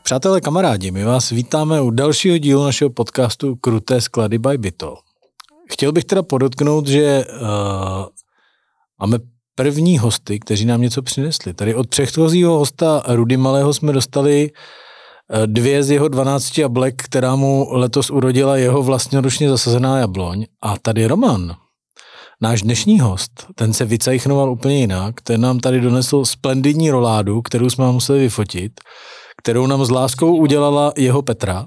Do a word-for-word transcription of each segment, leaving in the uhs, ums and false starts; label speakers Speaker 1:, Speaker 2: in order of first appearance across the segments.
Speaker 1: Přátelé, kamarádi, my vás vítáme u dalšího dílu našeho podcastu Kruté sklady by Bytol. Chtěl bych teda podotknout, že uh, máme první hosty, kteří nám něco přinesli. Tady od předchozího hosta Rudy Malého jsme dostali uh, dvě z jeho dvanácti jablek, která mu letos urodila jeho vlastnoručně zasazená jabloň. A tady Roman, náš dnešní host, ten se vycajchnoval úplně jinak, ten nám tady donesl splendidní roládu, kterou jsme museli vyfotit, kterou nám s láskou udělala jeho Petra.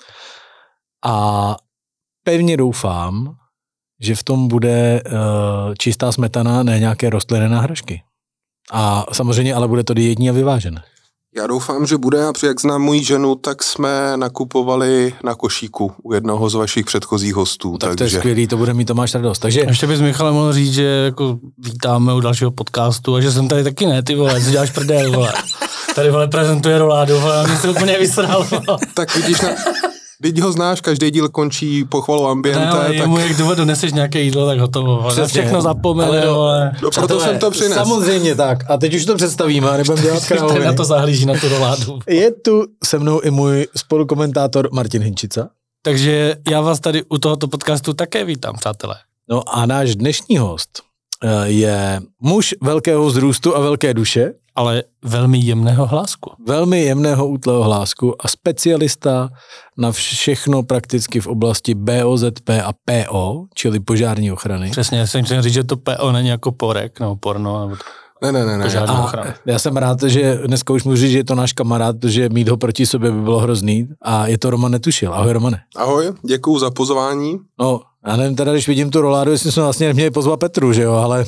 Speaker 1: A pevně doufám, že v tom bude uh, čistá smetana, ne nějaké rostlinné náhražky. A samozřejmě ale bude to dietní a vyvážené.
Speaker 2: Já doufám, že bude, a jak znám moji ženu, tak jsme nakupovali na košíku u jednoho z vašich předchozích hostů.
Speaker 1: No, tak
Speaker 2: takže...
Speaker 1: to je skvělý, to bude mít Tomáš radost. Takže...
Speaker 3: Ještě bys Michale mohl říct, že jako vítáme u dalšího podcastu a že jsem tady taky ne, ty vole, co děláš prdel, vole. Tady vole prezentuje roládu, vole, a mě se úplně vysral.
Speaker 2: Tak vidíš, na... Teď ho znáš, každý díl končí pochvalou ambiente.
Speaker 3: Ne, ale jemu, tak... jak důvod doneseš nějaké jídlo, tak hotovo. Přesně. Všechno zapomene.
Speaker 2: Ale no, proto jsem to přinesl.
Speaker 1: Samozřejmě tak. A teď už to představíme a nebudeme dělat kravoviny.
Speaker 3: na to zahlíží, na tu roládu.
Speaker 1: Je tu se mnou i můj spolukomentátor Martin Hinčica.
Speaker 3: Takže já vás tady u tohoto podcastu také vítám, přátelé.
Speaker 1: No a náš dnešní host je muž velkého vzrůstu a velké duše.
Speaker 3: Ale velmi jemného hlásku.
Speaker 1: Velmi jemného útlého hlásku a specialista na všechno prakticky v oblasti B O Z P a P O, čili požární ochrany.
Speaker 3: Přesně, já jsem chtěl říct, že to P O není jako porek nebo porno, nebo to...
Speaker 2: Ne, ne, ne, ne.
Speaker 3: Požární
Speaker 1: a
Speaker 3: ochrana.
Speaker 1: Já jsem rád, že dneska už můžu říct, že je to náš kamarád, že mít ho proti sobě by bylo hrozný a je to Roman Netušil. Ahoj, Romane.
Speaker 2: Ahoj, děkuju za pozvání.
Speaker 1: No, já nevím teda, když vidím tu roládu, jestli jsme vlastně neměli pozvat Petru, že jo, ale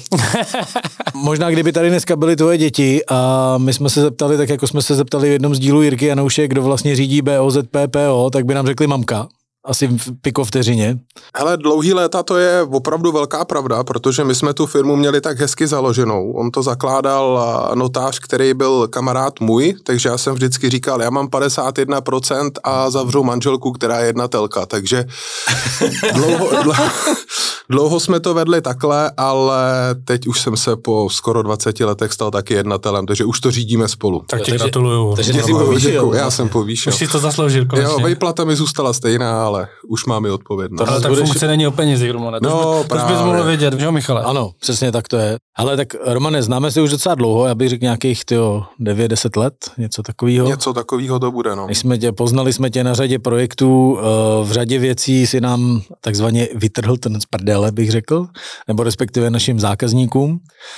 Speaker 1: možná kdyby tady dneska byly tvoje děti a my jsme se zeptali, tak jako jsme se zeptali v jednom z dílů Jirky Janouše, kdo vlastně řídí B O Z P P O, tak by nám řekli mamka. Asi v piko vteřině.
Speaker 2: Hele, dlouhý léta to je opravdu velká pravda, protože my jsme tu firmu měli tak hezky založenou. On to zakládal notář, který byl kamarád můj, takže já jsem vždycky říkal, já mám padesát jedna procent a zavřu manželku, která je jednatelka, takže dlouho, dlouho, dlouho jsme to vedli takhle, ale teď už jsem se po skoro dvaceti letech stal taky jednatelem, takže už to řídíme spolu.
Speaker 3: Tak ti gratuluju.
Speaker 1: Takže
Speaker 2: děkuju, děkuju, já jsem povýšil.
Speaker 3: Už si to zasloužil konečně.
Speaker 2: Jo, výplata mi zůstala stejná, ale už mám i odpovědnost.
Speaker 3: Ale tak budeš... funkce není o penězích, Romane. To
Speaker 2: no,
Speaker 3: už, by, to už bys mohl vědět, že jo, Michale?
Speaker 1: Ano, přesně tak to je. Ale tak, Romane, známe se už docela dlouho, já bych řekl nějakých tyjo, devět deset let, něco takového.
Speaker 2: Něco takového to bude, no.
Speaker 1: My jsme tě, poznali jsme tě na řadě projektů, v řadě věcí si nám takzvaně vytrhl ten z prdele, bych řekl, nebo respektive našim zákazníkům.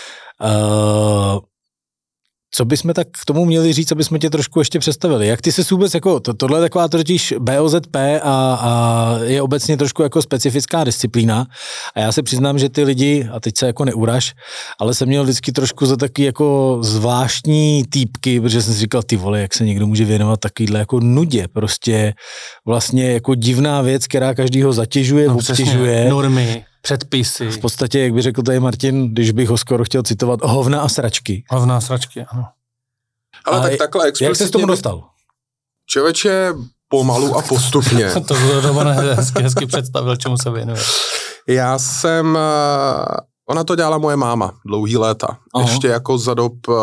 Speaker 1: Co bychom tak k tomu měli říct, aby jsme tě trošku ještě představili? Jak ty se vůbec, jako, to, tohle je taková totiž B O Z P a, a je obecně trošku jako specifická disciplína a já se přiznám, že ty lidi, a teď se jako neuraž, ale jsem měl vždycky trošku za taky jako zvláštní týpky, protože jsem si říkal, ty vole, jak se někdo může věnovat takovýhle jako nudě, prostě vlastně jako divná věc, která každýho zatěžuje,
Speaker 3: no,
Speaker 1: obtěžuje.
Speaker 3: Normy. Předpisy.
Speaker 1: V podstatě, jak by řekl tady Martin, když bych ho skoro chtěl citovat, hovna a sračky.
Speaker 3: Hovna a sračky, ano.
Speaker 2: Ale a tak takhle explicitně...
Speaker 1: Jak se s tomu dostal?
Speaker 2: Člověče, pomalu a postupně.
Speaker 3: To Roman hezky, hezky představil, čemu se věnuje.
Speaker 2: Já jsem... Ona to dělala moje máma dlouhý léta. Aha. Ještě jako za dob uh,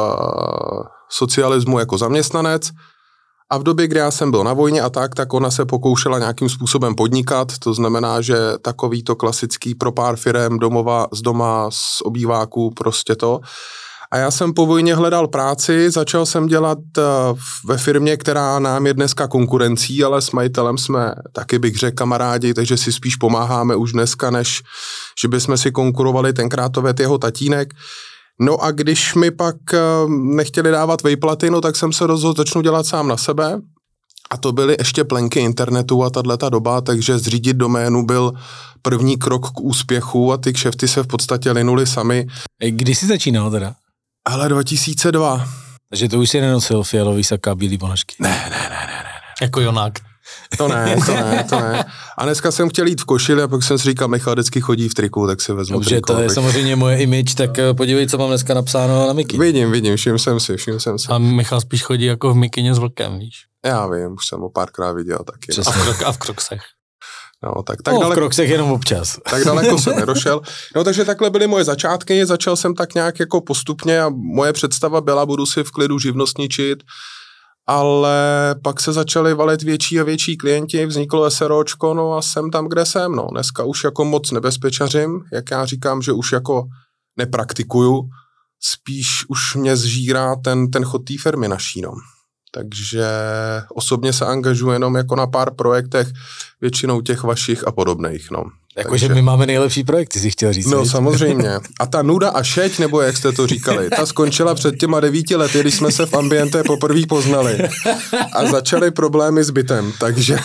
Speaker 2: socialismu jako zaměstnanec. A v době, kdy já jsem byl na vojně a tak, tak ona se pokoušela nějakým způsobem podnikat, to znamená, že takový to klasický pro pár firem domova, z doma, z obýváků, prostě to. A já jsem po vojně hledal práci, začal jsem dělat ve firmě, která nám je dneska konkurencí, ale s majitelem jsme taky, bych řekl, kamarádi, takže si spíš pomáháme už dneska, než že bychom si konkurovali, tenkrát to vedl jeho tatínek. No a když mi pak nechtěli dávat výplaty, no tak jsem se rozhodl, začnu dělat sám na sebe. A to byly ještě plenky internetu a tato doba, takže zřídit doménu byl první krok k úspěchu a ty kšefty se v podstatě linuly sami.
Speaker 1: Kdy jsi začínal teda?
Speaker 2: Ale dva tisíce dva.
Speaker 1: Takže to už si nenosil fialový saka a bílý ponožky.
Speaker 2: Ne, ne, ne, ne, ne.
Speaker 3: Jako Jonák.
Speaker 2: To ne, to ne, to ne. A dneska jsem chtěl jít v košili a pak jsem si říkal, Michal vždycky chodí v triku, tak si vezmu
Speaker 1: Dobře,
Speaker 2: triko.
Speaker 1: to je
Speaker 2: tak...
Speaker 1: samozřejmě moje image, tak podívej, co mám dneska napsáno na Miky.
Speaker 2: Vidím, vidím, všim jsem si, všim jsem si.
Speaker 3: A Michal spíš chodí jako v mikině s vlkem, víš?
Speaker 2: Já vím, už jsem ho párkrát viděl taky.
Speaker 3: A v, krok, a v kroksech.
Speaker 2: No, tak, tak
Speaker 1: no,
Speaker 2: daleko,
Speaker 1: v kroksech jenom občas.
Speaker 2: Tak daleko jsem nedošel. No, takže takhle byly moje začátky, začal jsem tak nějak jako postupně a moje představa byla, budu si v klidu živnostničit ale pak se začaly valit větší a větší klienti, vzniklo SROčko, no a jsem tam, kde jsem, no. Dneska už jako moc nebezpečařím, jak já říkám, že už jako nepraktikuju, spíš už mě zžírá ten, ten chod té firmy naší, no. Takže osobně se angažuji jenom jako na pár projektech, většinou těch vašich a podobných, no.
Speaker 1: Jakože my máme nejlepší projekty, si chtěl říct.
Speaker 2: No
Speaker 1: víc?
Speaker 2: samozřejmě. A ta nuda a šeť, nebo jak jste to říkali, ta skončila před těma devíti lety, když jsme se v Ambiente poprvé poznali. A začaly problémy s bytem, takže...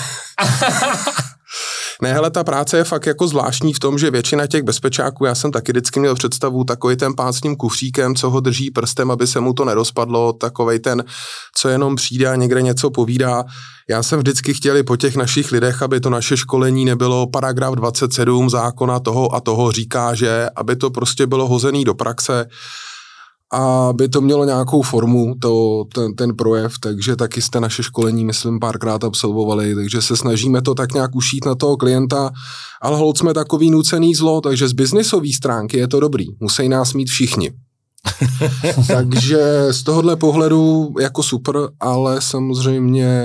Speaker 2: Ne, hele, ta práce je fakt jako zvláštní v tom, že většina těch bezpečáků, já jsem taky vždycky měl představu, takový ten pán s tím kufříkem, co ho drží prstem, aby se mu to nerozpadlo, takovej ten, co jenom přijde a někde něco povídá. Já jsem vždycky chtěl i po těch našich lidech, aby to naše školení nebylo paragraf dvacet sedm zákona toho a toho říká, že aby to prostě bylo hozený do praxe, a aby to mělo nějakou formu, to, ten, ten projev, takže taky jste naše školení, myslím, párkrát absolvovali, takže se snažíme to tak nějak ušít na toho klienta, ale holt jsme takový nucený zlo, takže z biznisové stránky je to dobrý, musí nás mít všichni. Takže z tohohle pohledu jako super, ale samozřejmě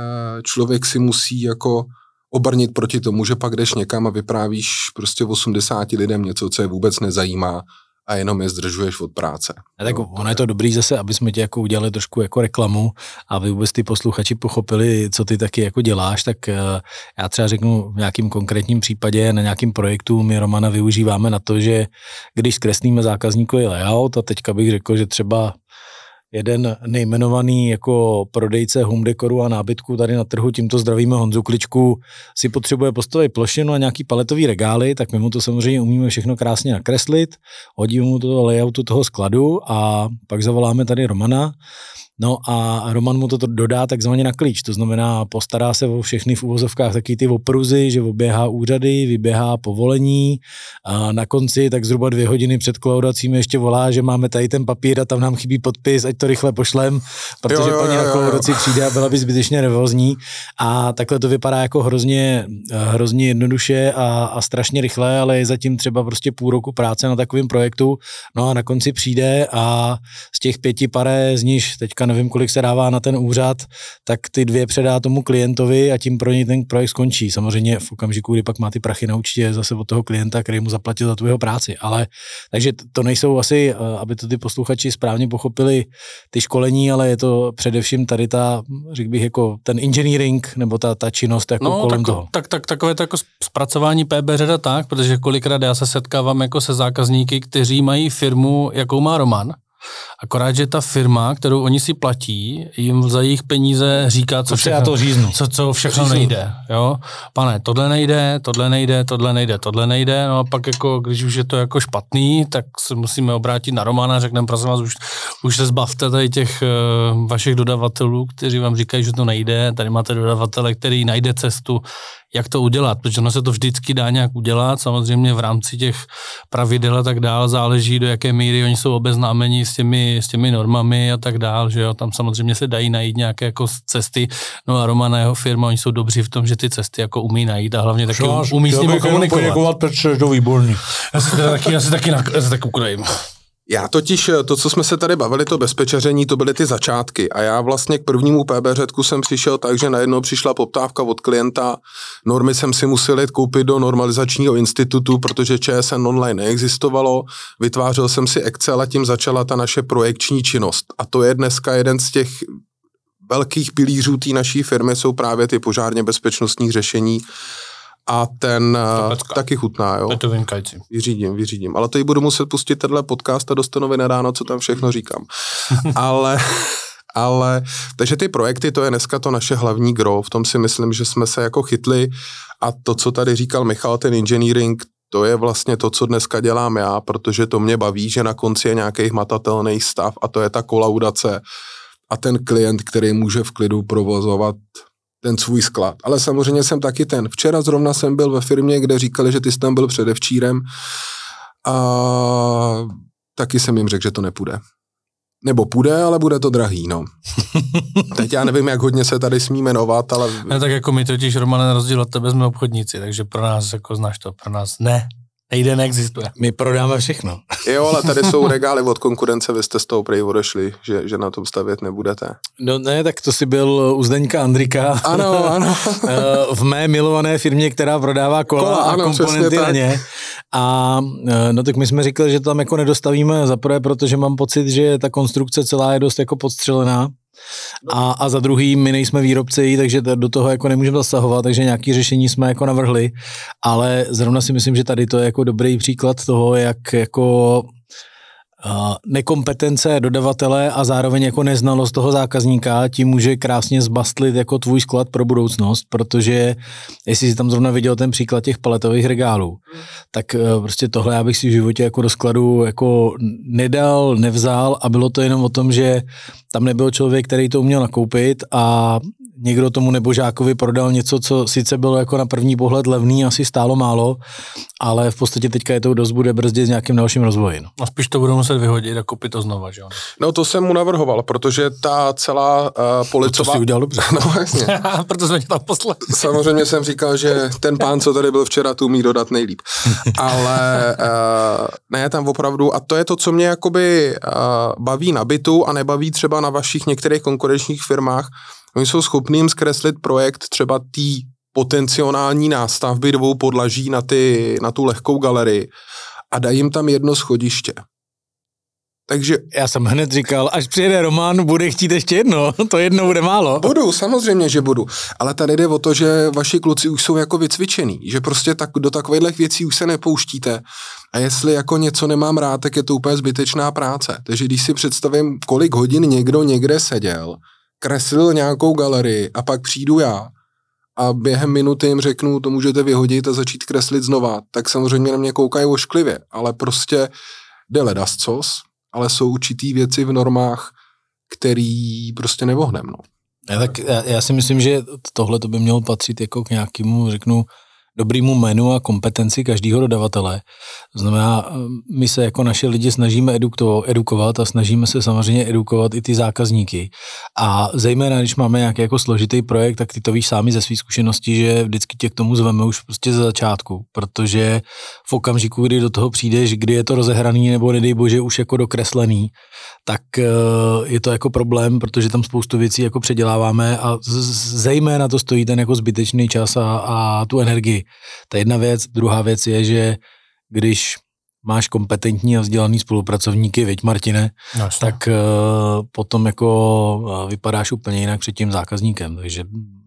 Speaker 2: člověk si musí jako obrnit proti tomu, že pak jdeš někam a vyprávíš prostě osmdesáti lidem něco, co je vůbec nezajímá, a jenom je zdržuješ od práce.
Speaker 1: A tak no, ono je to dobrý zase, aby jsme ti jako udělali trošku jako reklamu, aby vůbec ty posluchači pochopili, co ty taky jako děláš, tak uh, já třeba řeknu v nějakým konkrétním případě, na nějakým projektu my Romana využíváme na to, že když zkreslíme zákazníkový layout, a teďka bych řekl, že třeba jeden nejmenovaný jako prodejce home decoru a nábytku tady na trhu, tímto zdravíme Honzu Kličku, si potřebuje postavit plošinu a nějaký paletový regály, tak my mu to samozřejmě umíme všechno krásně nakreslit, hodíme mu to layoutu toho skladu a pak zavoláme tady Romana. No a Roman mu to dodá takzvaně na klíč, to znamená postará se o všechny v uvozovkách taky ty opruzy, že oběhá úřady, vyběhá povolení a na konci tak zhruba dvě hodiny před kolaudacím ještě volá, že máme tady ten papír a tam nám chybí podpis, ať to rychle pošlem, protože jo, jo, paní jo, jo, na kolaudaci přijde a byla by zbytečně nervózní a takhle to vypadá jako hrozně, hrozně jednoduše a, a strašně rychle, ale je zatím třeba prostě půl roku práce na takovém projektu, no a na konci přijde a z těch pěti pare, z níž teďka nevím, kolik se dává na ten úřad, tak ty dvě předá tomu klientovi a tím pro něj ten projekt skončí. Samozřejmě v okamžiku, kdy pak má ty prachy na účtě zase od toho klienta, který mu zaplatil za tu jeho práci. Ale takže to nejsou asi, aby to ty posluchači správně pochopili, ty školení, ale je to především tady ta, řekl bych, jako ten engineering, nebo ta, ta činnost jako
Speaker 3: no,
Speaker 1: kolem
Speaker 3: tak,
Speaker 1: toho.
Speaker 3: Tak, tak, takové to jako zpracování P B řada tak, protože kolikrát já se setkávám jako se zákazníky, kteří mají firmu, jakou má Roman, akorát, že ta firma, kterou oni si platí, jim za jejich peníze říká, co všechno,
Speaker 1: to říznu.
Speaker 3: Co, co všechno říznu. nejde. Jo? Pane, tohle nejde, tohle nejde, tohle nejde, tohle nejde, no a pak jako, když už je to jako špatný, tak se musíme obrátit na Romana a řekneme, prosím vás, už, už se zbavte tady těch uh, vašich dodavatelů, kteří vám říkají, že to nejde, tady máte dodavatele, který najde cestu, jak to udělat, protože ono se to vždycky dá nějak udělat, samozřejmě v rámci těch pravidel a tak dál, záleží do jaké míry oni jsou obeznámeni s těmi, s těmi normami a tak dál, že jo, tam samozřejmě se dají najít nějaké jako cesty, no a Roman a jeho firma, oni jsou dobří v tom, že ty cesty jako umí najít a hlavně taky um, umí s nimi komunikovat.
Speaker 1: Poděkovat, Petře, to výborný.
Speaker 3: Já si teda taky, já si taky, já si taky ukrojím.
Speaker 2: Já totiž, to, co jsme se tady bavili, to bezpečaření, to byly ty začátky a já vlastně k prvnímu P B řadku jsem přišel tak, že najednou přišla poptávka od klienta, normy jsem si musel jít koupit do normalizačního institutu, protože Č S N online neexistovalo, vytvářel jsem si Excel a tím začala ta naše projekční činnost a to je dneska jeden z těch velkých pilířů té naší firmy, jsou právě ty požárně bezpečnostní řešení. A ten uh, taky chutná, jo.
Speaker 3: Je to vynikající.
Speaker 2: Vyřídím, vyřídím. Ale to jí budu muset pustit tenhle podcast a dostanu na ráno, co tam všechno říkám. ale, ale, takže ty projekty, to je dneska to naše hlavní gro. V tom si myslím, že jsme se jako chytli a to, co tady říkal Michal, ten engineering, to je vlastně to, co dneska dělám já, protože to mě baví, že na konci je nějaký hmatatelný stav a to je ta kolaudace a ten klient, který může v klidu provozovat ten svůj sklad. Ale samozřejmě jsem taky ten. Včera zrovna jsem byl ve firmě, kde říkali, že ty jsi tam byl předevčírem a taky jsem jim řekl, že to nepůjde. Nebo půjde, ale bude to drahý, no. Teď já nevím, jak hodně se tady smí jmenovat, ale...
Speaker 3: Ne, tak jako my totiž, Romane, na rozdíl od tebe jsme obchodníci, takže pro nás, jako znáš to, pro nás ne. Nejde, neexistuje.
Speaker 1: My prodáme všechno.
Speaker 2: Jo, ale tady jsou regály od konkurence, vy jste z toho prej odešli, že, že na tom stavět nebudete.
Speaker 1: No ne, tak to si byl u Zdeňka Andrika.
Speaker 2: Ano, ano.
Speaker 1: v mé milované firmě, která prodává kola, kola a ano, komponenty na ně. A no tak my jsme říkali, že to tam jako nedostavíme zaprvé, protože mám pocit, že ta konstrukce celá je dost jako podstřelená. A, a za druhý, my nejsme výrobci, takže do toho jako nemůžeme zasahovat, takže nějaké řešení jsme jako navrhli, ale zrovna si myslím, že tady to je jako dobrý příklad toho, jak jako uh, nekompetence dodavatele a zároveň jako neznalost toho zákazníka ti může krásně zbastlit jako tvůj sklad pro budoucnost, protože jestli jsi tam zrovna viděl ten příklad těch paletových regálů, hmm. tak uh, prostě tohle já bych si v životě jako do skladu jako nedal, nevzal a bylo to jenom o tom, že tam nebyl člověk, který to uměl nakoupit a někdo tomu nebožákovi prodal něco, co sice bylo jako na první pohled levný, asi stálo málo, ale v podstatě teďka je to dost bude brzdit s nějakým dalším rozvojem.
Speaker 3: A spíš to budou muset vyhodit a koupit to znova, že jo?
Speaker 2: No to jsem mu navrhoval, protože ta celá uh, policová...
Speaker 1: To si udělal dobře.
Speaker 2: No jasně.
Speaker 3: Proto jsme tě tam poslali.
Speaker 2: Samozřejmě jsem říkal, že ten pán, co tady byl včera, tu umí dodat nejlíp. Ale uh, ne, tam opravdu, a to je to, co mě jakoby uh, baví na bytu a nebaví třeba na vašich některých konkurenčních firmách. Oni jsou schopní jim zkreslit projekt třeba té potenciální nástavby dvou podlaží na, ty, na tu lehkou galerii a dají jim tam jedno schodiště. Takže...
Speaker 1: Já jsem hned říkal, až přijede Roman, bude chtít ještě jedno, to jedno bude málo.
Speaker 2: Budu, samozřejmě, že budu. Ale tady jde o to, že vaši kluci už jsou jako vycvičený, že prostě tak, do takových věcí už se nepouštíte. A jestli jako něco nemám rád, tak je to úplně zbytečná práce. Takže když si představím, kolik hodin někdo někde seděl, kreslil nějakou galerii a pak přijdu já a během minuty jim řeknu, to můžete vyhodit a začít kreslit znova, tak samozřejmě na mě koukají ošklivě, ale prostě jde ledascos, ale jsou určitý věci v normách, který prostě nevohnem. No.
Speaker 1: Já, tak, já, já si myslím, že tohle to by mělo patřit jako k nějakému, řeknu, dobrýmu menu a kompetenci každého dodavatele. To znamená, my se jako naše lidi snažíme edukovat a snažíme se samozřejmě edukovat i ty zákazníky. A zejména, když máme nějaký jako složitý projekt, tak ty to víš sami ze své zkušenosti, že vždycky tě k tomu zveme už prostě ze začátku, protože v okamžiku, kdy do toho přijdeš, kdy je to rozehraný nebo nedej bože už jako dokreslený, tak je to jako problém, protože tam spoustu věcí jako předěláváme a zejména to stojí ten jako zbytečný čas a, a tu energii. To je jedna věc. Druhá věc je, že když máš kompetentní a vzdělaný spolupracovníky, viď Martine, no, tak uh, potom jako uh, vypadáš úplně jinak před tím zákazníkem, takže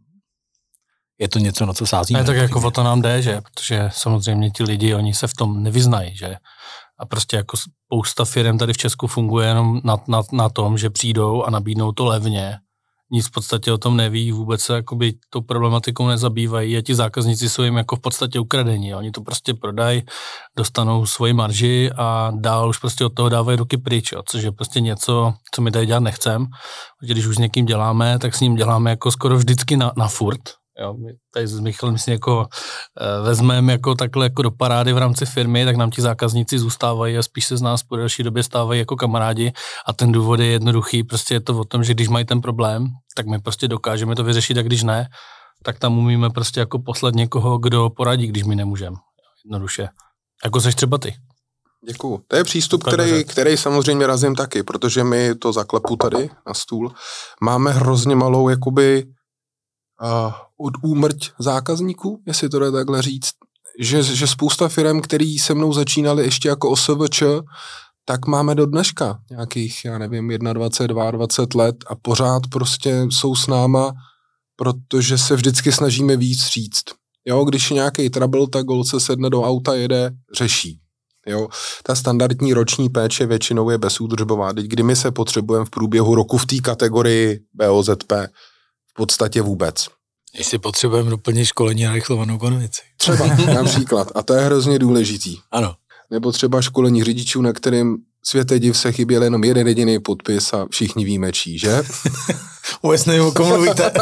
Speaker 1: je to něco, na co sázíme.
Speaker 3: Ne, tak jako o to nám jde, že? Protože samozřejmě ti lidi, oni se v tom nevyznají, že? A prostě jako spousta firem tady v Česku funguje jenom na, na, na tom, že přijdou a nabídnou to levně. Nic v podstatě o tom neví, vůbec se jakoby tou problematikou nezabývají a ti zákazníci jsou jim jako v podstatě ukradení. Oni to prostě prodají, dostanou svoji marži a dál už prostě od toho dávají ruky pryč, jo, což je prostě něco, co my tady dělat nechcem. Když už s někým děláme, tak s ním děláme jako skoro vždycky na, na furt. Jo, my tady s Michalem si jako e, vezmeme jako takhle jako do parády v rámci firmy, tak nám ti zákazníci zůstávají a spíš se z nás po delší době stávají jako kamarádi a ten důvod je jednoduchý, prostě je to o tom, že když mají ten problém, tak my prostě dokážeme to vyřešit a když ne, tak tam umíme prostě jako poslat někoho, kdo poradí, když my nemůžeme. Jednoduše. Jako seš třeba ty.
Speaker 2: Děkuju. To je přístup, který, který samozřejmě razím taky, protože my to zaklepu tady na stůl. Máme hrozně malou jakoby Uh, od úmrť zákazníků, jestli to jde takhle říct, že, že spousta firem, který se mnou začínali ještě jako O S V Č, tak máme do dneška nějakých, já nevím, dvacet jedna, dvacet dva let a pořád prostě jsou s náma, protože se vždycky snažíme víc říct. Jo, když je nějaký trouble, tak gol se sedne do auta, jede, řeší. Jo, ta standardní roční péče většinou je bezúdržbová, teď kdy my se potřebujeme v průběhu roku v té kategorii B O Z P v podstatě vůbec.
Speaker 1: Jestli potřebujeme doplnit školení a rychlovanou konvici.
Speaker 2: Třeba, například. A to je hrozně důležitý.
Speaker 1: Ano.
Speaker 2: Nebo třeba školení řidičů, na kterým světe div se chyběl jenom jeden jediný podpis a všichni víme čí, že?
Speaker 1: Vůbec nevím, o kom mluvíte.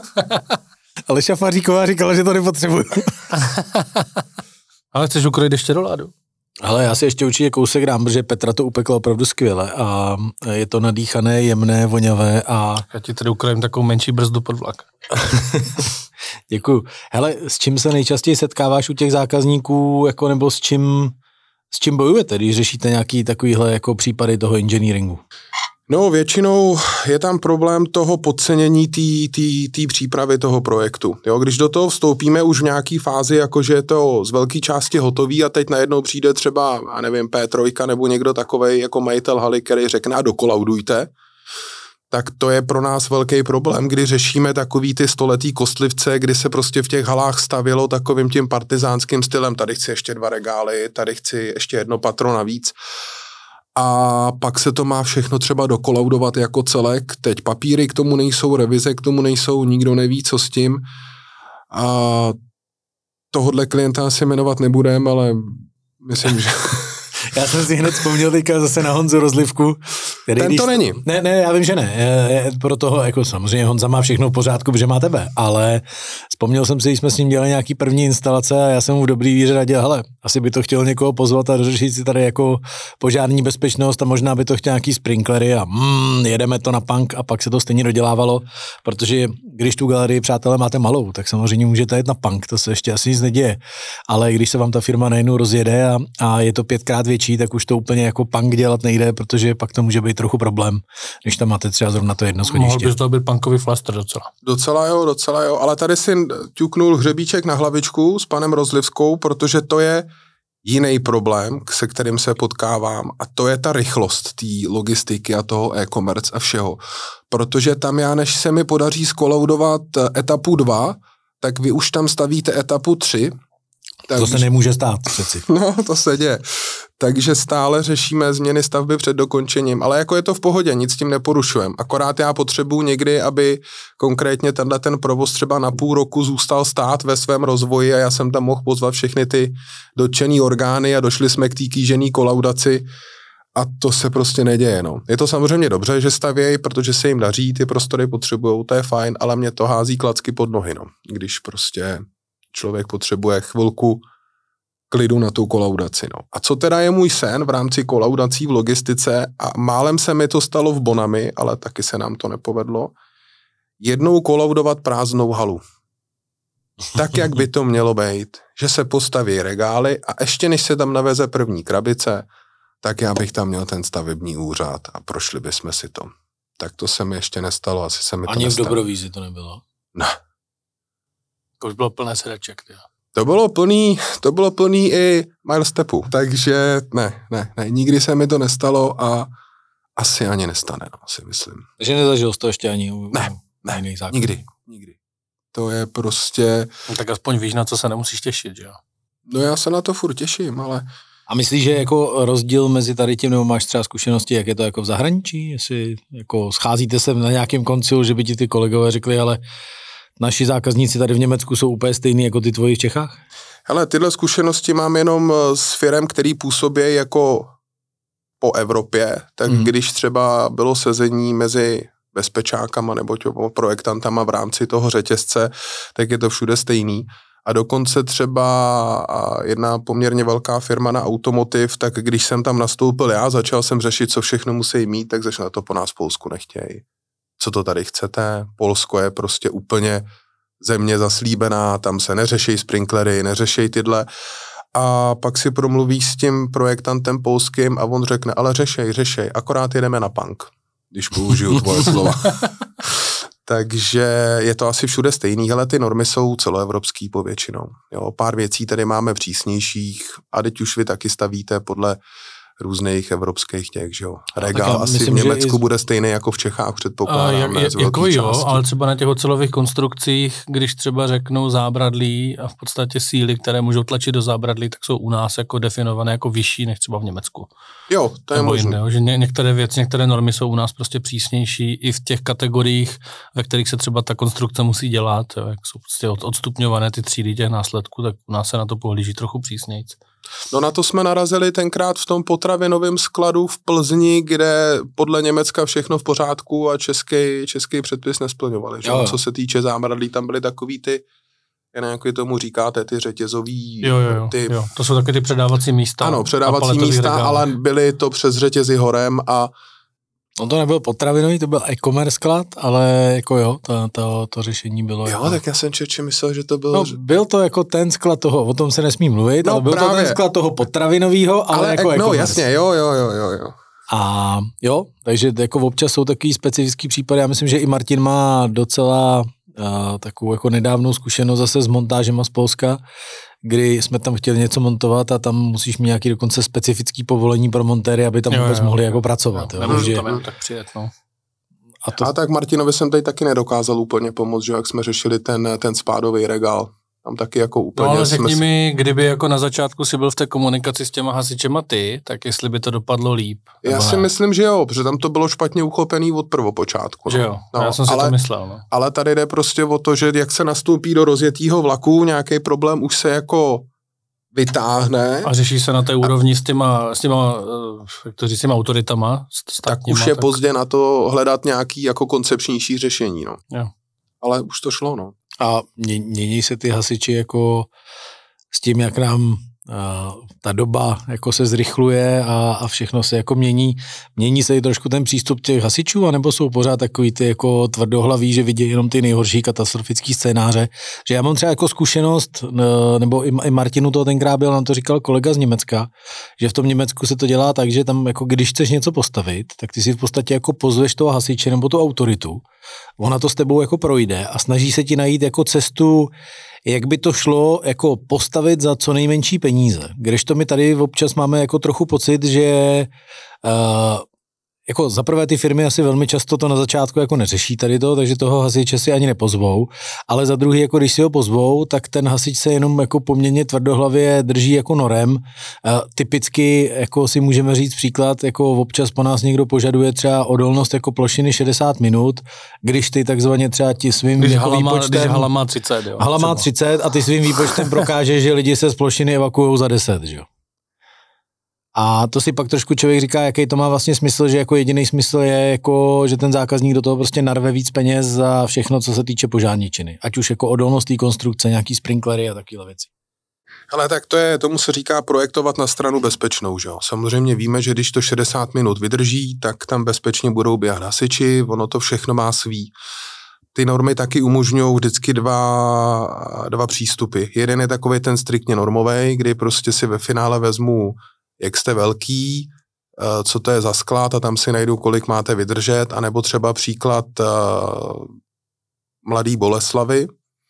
Speaker 1: Ale Šafaříková říkala, že to nepotřebuju.
Speaker 3: Ale chceš ukrojit ještě roládu?
Speaker 1: Ale já si ještě určitě kousek dám, protože Petra to upekla opravdu skvěle a je to nadýchané, jemné, voňavé a...
Speaker 3: Já ti tady ukrojím takovou menší brzdu pod vlak.
Speaker 1: Děkuju. Hele, s čím se nejčastěji setkáváš u těch zákazníků, jako nebo s čím, s čím bojujete, když řešíte nějaký takovýhle jako případy toho engineeringu?
Speaker 2: No, většinou je tam problém toho podcenění té přípravy toho projektu. Jo, když do toho vstoupíme už v nějaký fázi, jakože je to z velké části hotový a teď najednou přijde třeba, já nevím, P tři nebo někdo takovej jako majitel haly, který řekne a dokolaudujte, tak to je pro nás velký problém, kdy řešíme takový ty stoletý kostlivce, kdy se prostě v těch halách stavělo takovým tím partizánským stylem, tady chci ještě dva regály, tady chci ještě jedno patro navíc. A pak se to má všechno třeba dokolaudovat jako celek. Teď papíry k tomu nejsou, revize k tomu nejsou, nikdo neví, co s tím. A tohodle klienta asi jmenovat nebudem, ale myslím, že...
Speaker 1: Já jsem si hned vzpomněl teďka zase na Honzu Rozlivku.
Speaker 2: Ten to
Speaker 1: když...
Speaker 2: není.
Speaker 1: Ne, ne, já vím, že ne. Je, pro toho, jako samozřejmě Honza má všechno v pořádku, protože má tebe, ale vzpomněl jsem si, když jsme s ním dělali nějaký první instalace a já jsem mu v dobrý víře radil, hele, asi by to chtěl někoho pozvat a dořešit si tady jako požární bezpečnost a možná by to chtěl nějaký sprinklery a mm, jedeme to na punk a pak se to stejně dodělávalo, protože když tu galerii, přátelé, máte malou, tak samozřejmě můžete jít na punk, to se ještě asi nic neděje, ale když se vám ta firma najednou rozjede a, a je to pětkrát větší, tak už to úplně jako punk dělat nejde, protože pak to může být trochu problém, když tam máte třeba zrovna to jedno schodiště.
Speaker 3: Mohl by to být punkový flaster docela.
Speaker 2: Docela jo, docela jo, ale tady si ťuknul hřebíček na hlavičku s panem Rozlivskou, protože to je jiný problém, se kterým se potkávám a to je ta rychlost té logistiky a toho e-commerce a všeho. Protože tam já, než se mi podaří skolaudovat etapu dva, tak vy už tam stavíte etapu tři.
Speaker 1: Tak to se nemůže stát přeci.
Speaker 2: No, to se děje. Takže stále řešíme změny stavby před dokončením, ale jako je to v pohodě, nic s tím neporušujeme. Akorát já potřebuji někdy, aby konkrétně tenhle ten provoz třeba na půl roku zůstal stát ve svém rozvoji a já jsem tam mohl pozvat všechny ty dotčený orgány a došli jsme k té kýžený kolaudaci a to se prostě neděje. No. Je to samozřejmě dobře, že stavějí, protože se jim daří, ty prostory potřebujou, to je fajn, ale mě to hází klacky pod nohy, no. Když prostě člověk potřebuje chvilku klidu na tu kolaudaci. No. A co teda je můj sen v rámci kolaudací v logistice, a málem se mi to stalo v Bonami, ale taky se nám to nepovedlo, jednou kolaudovat prázdnou halu. Tak, jak by to mělo být, že se postaví regály a ještě než se tam naveze první krabice, tak já bych tam měl ten stavební úřad a prošli bychom si to. Tak to se mi ještě nestalo, asi se mi to
Speaker 1: Ani
Speaker 2: nestalo.
Speaker 1: v Dobrovízi to nebylo?
Speaker 2: Ne.
Speaker 3: To už bylo plné sedaček, jo.
Speaker 2: To bylo plný, to bylo plný i milestepu, takže ne, ne, ne, nikdy se mi to nestalo a asi ani nestane, no, si myslím.
Speaker 1: Takže nezažil jsi to ještě ani u,
Speaker 2: ne, ne, nikdy, nikdy. To je prostě...
Speaker 3: No, tak aspoň víš, na co se nemusíš těšit, že jo?
Speaker 2: No já se na to furt těším, ale...
Speaker 1: A myslíš, že jako rozdíl mezi tady tím, nebo máš třeba zkušenosti, jak je to jako v zahraničí, jestli jako scházíte se na nějakém koncilu, že by ti ty kolegové řekli, ale naši zákazníci tady v Německu jsou úplně stejný jako ty tvoji v Čechách?
Speaker 2: Hele, tyhle zkušenosti mám jenom s firem, který působí jako po Evropě, tak mm. když třeba bylo sezení mezi bezpečákama nebo těma projektantama v rámci toho řetězce, tak je to všude stejný. A dokonce třeba jedna poměrně velká firma na automotiv, tak když jsem tam nastoupil já, začal jsem řešit, co všechno musí mít, tak začal to po nás v Polsku nechtějí. Co to tady chcete? Polsko je prostě úplně země zaslíbená, tam se neřeší sprinklery, neřeší tyhle. A pak si promluvíš s tím projektantem polským a on řekne, ale řešej, řešej, akorát jedeme na punk, když použiju tvoje slova. Takže je to asi všude stejný, ale ty normy jsou celoevropský povětšinou. Jo, pár věcí tady máme přísnějších a teď už vy taky stavíte podle různých evropských těch, že jo. Regál asi myslím, v Německu i... bude stejný jako v Čechách, předpokládám.
Speaker 3: Jak, jako jo, části. Ale třeba na těch ocelových konstrukcích, když třeba řeknou zábradlí a v podstatě síly, které můžou tlačit do zábradlí, tak jsou u nás jako definované jako vyšší než třeba v Německu.
Speaker 2: Jo, to je možné.
Speaker 3: Že ně, některé věci, některé normy jsou u nás prostě přísnější i v těch kategoriích, ve kterých se třeba ta konstrukce musí dělat, jo, jak jsou prostě odstupňované ty třídy těch následků, tak u nás se na to pohlíží trochu přísnějc.
Speaker 2: No na to jsme narazili tenkrát v tom potravinovém skladu v Plzni, kde podle Německa všechno v pořádku a český, český předpis nesplňovali. Že? Co se týče zábradlí, tam byly takový ty, jak vy tomu říkáte, ty řetězový...
Speaker 3: Jo, jo, jo,
Speaker 2: ty...
Speaker 3: jo. To jsou taky ty předávací místa.
Speaker 2: Ano, předávací místa, regálech. Ale byly to přes řetězy horem a
Speaker 1: No to nebyl potravinový, to byl e-commerce sklad, ale jako jo, to, to, to řešení bylo.
Speaker 2: Jo,
Speaker 1: jako...
Speaker 2: tak já jsem čeče myslel, že to bylo...
Speaker 1: No, byl to jako ten sklad toho, o tom se nesmí mluvit, no, ale byl právě. To ten sklad toho potravinového, ale, ale jako e-
Speaker 2: no jasně, jo, jo, jo, jo, jo.
Speaker 1: A jo, takže jako občas jsou takový specifický případy, já myslím, že i Martin má docela uh, takovou jako nedávnou zkušenost zase s montážema z Polska, kdy jsme tam chtěli něco montovat a tam musíš mít nějaký dokonce specifický povolení pro montéry, aby tam jo, vůbec jo, mohli jo, jako pracovat. Jo, jo,
Speaker 3: nemůžu tam jenom tak přijet, no.
Speaker 2: A, to... a tak Martinovi jsem tady taky nedokázal úplně pomoct, že jak jsme řešili ten, ten spádový regál. Tam taky jako úplně...
Speaker 3: No ale řekni mi, kdyby jako na začátku si byl v té komunikaci s těma hasičema ty, tak jestli by to dopadlo líp.
Speaker 2: Já si ne? myslím, že jo, protože tam to bylo špatně uchopený od prvopočátku.
Speaker 3: Že jo,
Speaker 2: no,
Speaker 3: já jsem si
Speaker 2: ale,
Speaker 3: to myslel. No.
Speaker 2: Ale tady jde prostě o to, že jak se nastoupí do rozjetýho vlaku, nějaký problém už se jako vytáhne.
Speaker 3: A řeší se na té úrovni s těma, s těma, jak to říct, s těma autoritama.
Speaker 2: Tak už je tak... pozdě na to hledat nějaký jako koncepčnější řešení, no.
Speaker 3: Jo.
Speaker 2: Ale už to šlo, no.
Speaker 1: A mění se ty hasiči jako s tím, jak nám uh, ta doba jako se zrychluje a, a všechno se jako mění. Mění se i trošku ten přístup těch hasičů, anebo jsou pořád takový ty jako tvrdohlaví, že vidí jenom ty nejhorší katastrofický scénáře. Že já mám třeba jako zkušenost, nebo i, i Martinu to tenkrát byl, nám to říkal kolega z Německa, že v tom Německu se to dělá tak, že tam jako když chceš něco postavit, tak ty si v podstatě jako pozveš toho hasiče nebo tu autoritu, ona to s tebou jako projde a snaží se ti najít jako cestu, jak by to šlo jako postavit za co nejmenší peníze. Kdežto my tady občas máme jako trochu pocit, že uh, jako zaprvé ty firmy asi velmi často to na začátku jako neřeší tady to, takže toho hasiče si ani nepozvou, ale za druhý, jako když si ho pozvou, tak ten hasič se jenom jako poměrně tvrdohlavě drží jako norem. Uh, typicky jako si můžeme říct příklad, jako občas po nás někdo požaduje třeba odolnost jako plošiny šedesát minut, když ty takzvaně třeba ti svým
Speaker 3: když
Speaker 1: jako
Speaker 3: hala má,
Speaker 1: výpočtem...
Speaker 3: Když hala má třicet, jo.
Speaker 1: Hala má třicet a ty svým výpočtem prokáže, že lidi se z plošiny evakuujou za deset, že jo. A to si pak trošku člověk říká, jaký to má vlastně smysl, že jako jediný smysl je, jako, že ten zákazník do toho prostě narve víc peněz za všechno, co se týče požárničiny. Ať už jako odolnost té konstrukce, nějaký sprinklery a takové věci.
Speaker 2: Ale tak to je, tomu se říká projektovat na stranu bezpečnou, že jo. Samozřejmě víme, že když to šedesát minut vydrží, tak tam bezpečně budou běhat hasiči, ono to všechno má svý. Ty normy taky umožňují vždycky dva, dva přístupy. Jeden je takový ten striktně normový, kdy prostě si ve finále vezmu, jak jste velký, co to je za sklad a tam si najdu, kolik máte vydržet, anebo třeba příklad Mladý Boleslavy,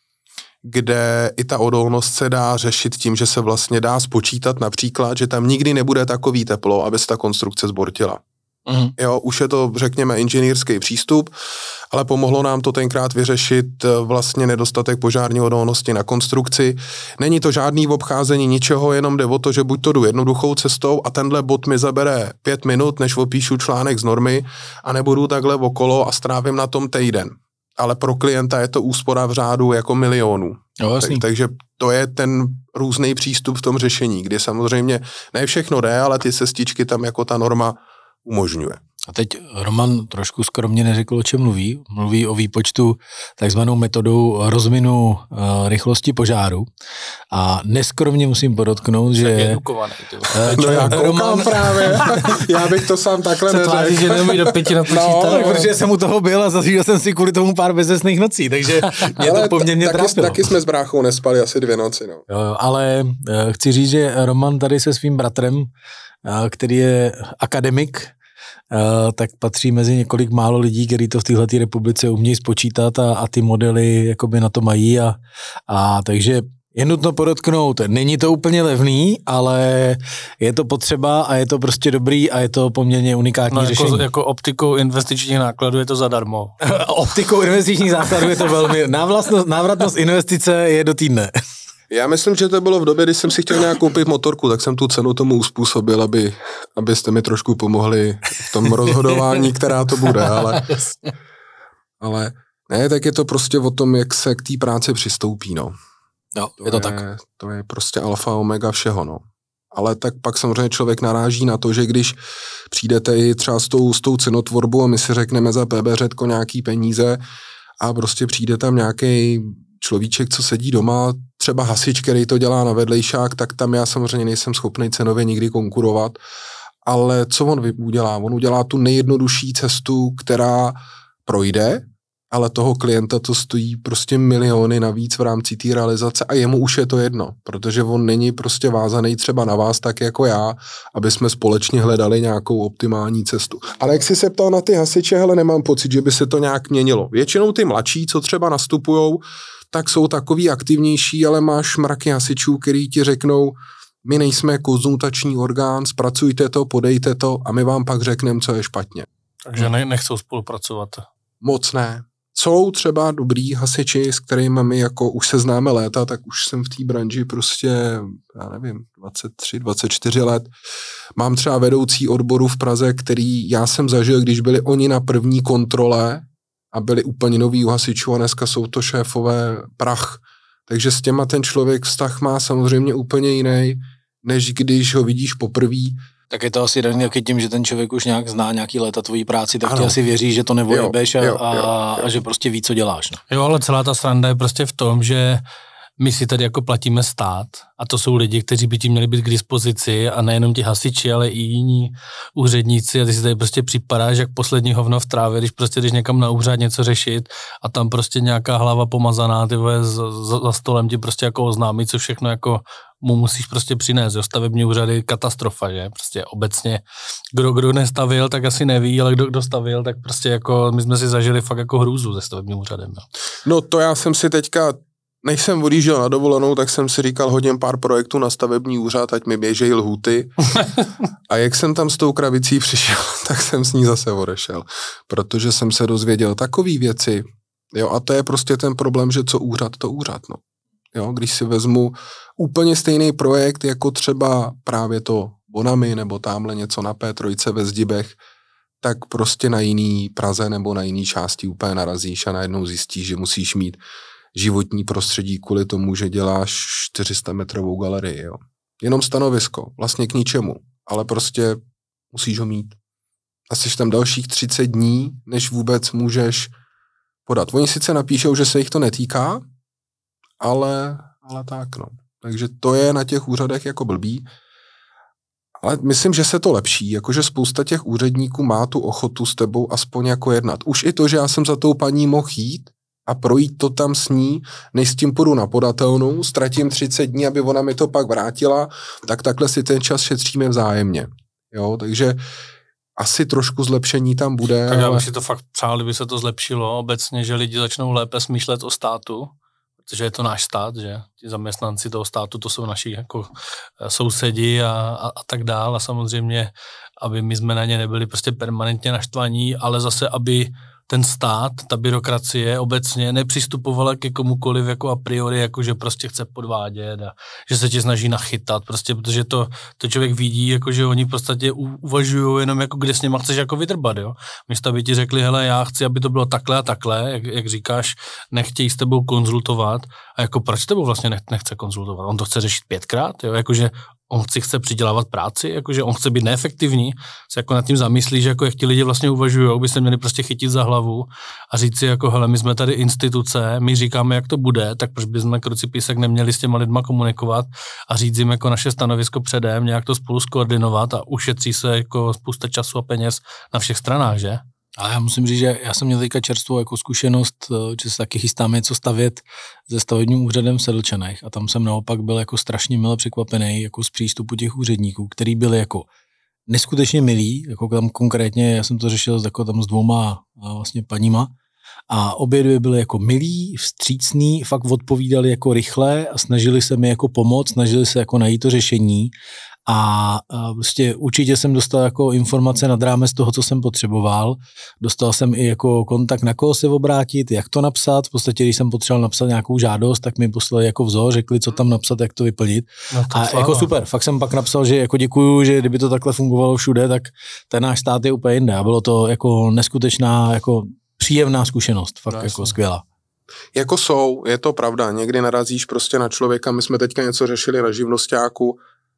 Speaker 2: kde i ta odolnost se dá řešit tím, že se vlastně dá spočítat například, že tam nikdy nebude takový teplo, aby se ta konstrukce zbortila. Mm. Jo, už je to, řekněme, inženýrský přístup, ale pomohlo nám to tenkrát vyřešit vlastně nedostatek požární odolnosti na konstrukci. Není to žádný obcházení ničeho, jenom jde o to, že buď to jdu jednoduchou cestou a tenhle bod mi zabere pět minut, než opíšu článek z normy, a nebudu takhle okolo a strávím na tom týden. Ale pro klienta je to úspora v řádu jako milionů.
Speaker 1: Jo,
Speaker 2: tak, takže to je ten různý přístup v tom řešení, kdy samozřejmě ne všechno jde, ale ty cestičky tam jako ta norma umožňuje.
Speaker 1: A teď Roman trošku skromně neřekl, o čem mluví. Mluví o výpočtu takzvanou metodou rozminu uh, rychlosti požáru. A neskromně musím podotknout, že...
Speaker 3: edukovaný,
Speaker 2: uh, no já koukám Roman... právě. Já bych to sám takhle neřekl.
Speaker 3: Se tváří, že nemůže do pěti na počítač.
Speaker 1: No, tak protože jsem u toho byl a zažil jsem si kvůli tomu pár bezesných nocí, takže mě to poměrně
Speaker 2: taky,
Speaker 1: trápilo.
Speaker 2: Taky jsme s bráchou nespali asi dvě noci. No.
Speaker 1: Jo, ale uh, chci říct, že Roman tady se svým bratrem, uh, který je akademik, Uh, tak patří mezi několik málo lidí, kteří to v této republice umějí spočítat a, a ty modely jakoby na to mají. A, a takže je nutno podotknout, není to úplně levný, ale je to potřeba a je to prostě dobrý a je to poměrně unikátní
Speaker 3: no,
Speaker 1: řešení.
Speaker 3: Jako, jako optikou investičních nákladů je to zadarmo.
Speaker 1: Optikou investičních nákladů je to velmi... Návratnost, návratnost investice je do týdne.
Speaker 2: Já myslím, že to bylo v době, kdy jsem si chtěl nějak koupit motorku, tak jsem tu cenu tomu uspůsobil, aby, abyste mi trošku pomohli v tom rozhodování, která to bude, ale, ale ne, tak je to prostě o tom, jak se k té práci přistoupí, no.
Speaker 1: Jo,
Speaker 2: to
Speaker 1: je to
Speaker 2: je,
Speaker 1: tak.
Speaker 2: To je prostě alfa omega všeho, no. Ale tak pak samozřejmě člověk naráží na to, že když přijdete i třeba s tou, s tou cenotvorbou a my si řekneme za P B řetko nějaký peníze a prostě přijde tam nějaký človíček, co sedí doma, třeba hasič, který to dělá na vedlejšák, tak tam já samozřejmě nejsem schopný cenově nikdy konkurovat ale co on udělá? On udělá tu nejjednodušší cestu, která projde, ale toho klienta to stojí prostě miliony navíc v rámci té realizace a jemu už je to jedno, protože on není prostě vázaný třeba na vás tak jako já, aby jsme společně hledali nějakou optimální cestu. Ale jak jsi se ptal na ty hasiče, hele, nemám pocit, že by se to nějak měnilo. Většinou ty mladší, co třeba nastupujou, tak jsou takový aktivnější, ale máš mraky hasičů, který ti řeknou, my nejsme konzultační orgán, zpracujte to, podejte to a my vám pak řekneme, co je špatně.
Speaker 3: Takže ne, nechcou spolupracovat.
Speaker 2: Moc ne. Jsou třeba dobrý hasiči, s kterými my jako už se známe léta, tak už jsem v té branži prostě, já nevím, dvacet tři, dvacet čtyři let. Mám třeba vedoucí odboru v Praze, který já jsem zažil, když byli oni na první kontrole a byli úplně noví u hasičů a dneska jsou to šéfové prach. Takže s těma ten člověk vztah má samozřejmě úplně jiný, než když ho vidíš poprvý.
Speaker 1: Tak je to asi daný taky tím, že ten člověk už nějak zná nějaký léta tvojí práci, tak ano. Ti asi věří, že to nevojebeš a, a, a že prostě ví, co děláš. No.
Speaker 3: Jo, ale celá ta sranda je prostě v tom, že my si tady jako platíme stát a to jsou lidi, kteří by ti měli být k dispozici a nejenom ti hasiči, ale i jiní úředníci a ty si tady prostě připadáš jak poslední hovno v trávě, když prostě jdeš někam na úřad něco řešit a tam prostě nějaká hlava pomazaná, ty vole, za, za stolem ti prostě jako oznámí, co všechno jako mu musíš prostě přinést, jo, stavební úřady, katastrofa, že, prostě obecně, kdo, kdo nestavil, tak asi neví, ale kdo, kdo stavil, tak prostě jako, my jsme si zažili fakt jako hrůzu se stavebním úřadem, jo.
Speaker 2: No to já jsem si teďka, než jsem odjížděl na dovolenou, tak jsem si říkal, hodím pár projektů na stavební úřad, ať mi běžejí lhůty. A jak jsem tam s tou krabicí přišel, tak jsem s ní zase odešel, protože jsem se dozvěděl takové věci, jo, a to je prostě ten problém, že co úřad, to úřad, no. Jo, když si vezmu úplně stejný projekt, jako třeba právě to Bonami, nebo tamhle něco na P tři ve Zdibech, tak prostě na jiný Praze nebo na jiný části úplně narazíš a najednou zjistíš, že musíš mít životní prostředí kvůli tomu, že děláš čtyři sta metrovou galerii. Jo. Jenom stanovisko, vlastně k ničemu, ale prostě musíš ho mít. A jsi tam dalších třicet dní, než vůbec můžeš podat. Oni sice napíšou, že se jich to netýká, ale, ale tak, no. Takže to je na těch úřadech jako blbý. Ale myslím, že se to lepší, jakože spousta těch úředníků má tu ochotu s tebou aspoň jako jednat. Už i to, že já jsem za tou paní mohl jít a projít to tam s ní, než s tím půjdu na podatelnu, ztratím třicet dní, aby ona mi to pak vrátila, tak takhle si ten čas šetříme vzájemně. Jo, takže asi trošku zlepšení tam bude.
Speaker 3: Tak já
Speaker 2: ale...
Speaker 3: bych si to fakt přál, kdyby se to zlepšilo obecně, že lidi začnou lépe smýšlet o státu, protože je to náš stát, že ti zaměstnanci toho státu, to jsou naši jako sousedi a, a, a tak dál a samozřejmě, aby my jsme na ně nebyli prostě permanentně naštvaní, ale zase, aby ten stát, ta byrokracie obecně nepřistupovala ke komukoliv jako a priori, jako že prostě chce podvádět a že se tě snaží nachytat, prostě, protože to, to člověk vidí, jako že oni v podstatě uvažují jenom jako kde s něma chceš jako vytrbat, jo. Místo aby ti řekli, hele, já chci, aby to bylo takhle a takhle, jak, jak říkáš, nechtějí s tebou konzultovat a jako proč s tebou vlastně nechce konzultovat? On to chce řešit pětkrát, jo, jakože on si chce přidělávat práci, jakože on chce být neefektivní, se jako nad tím zamyslí, že jako jak ti lidi vlastně uvažují, by se měli prostě chytit za hlavu a říct si jako, hele, my jsme tady instituce, my říkáme, jak to bude, tak proč bychom krucipísek neměli s těma lidma komunikovat a říct jim jako naše stanovisko předem, nějak to spolu skoordinovat a ušetří se jako spousta času a peněz na všech stranách, že?
Speaker 1: Ale já musím říct, že já jsem měl teďka čerstvou jako zkušenost, že se taky chystáme něco stavět se stavebním úřadem v Sedlčanech a tam jsem naopak byl jako strašně mile překvapený jako z přístupu těch úředníků, který byli jako neskutečně milí, jako tam konkrétně, já jsem to řešil jako tam s dvouma vlastně paníma a obě dvě byly jako milí, vstřícní, fakt odpovídali jako rychle a snažili se mi jako pomoct, snažili se jako najít to řešení. A prostě určitě jsem dostal jako informace nad rámec toho, co jsem potřeboval. Dostal jsem i jako kontakt, na koho se obrátit, jak to napsat. V podstatě, když jsem potřeboval napsat nějakou žádost, tak mi poslali jako vzor, řekli, co tam napsat, jak to vyplnit. No to a sláva. Jako super, fakt jsem pak napsal, že jako děkuju, že kdyby to takhle fungovalo všude, tak ten náš stát je úplně jinde. A bylo to jako neskutečná, jako příjemná zkušenost, fakt Jasně. jako skvělá.
Speaker 2: Jako jsou, je to pravda, někdy narazíš prostě na člověka, my jsme teďka něco řešili na živnosťáku,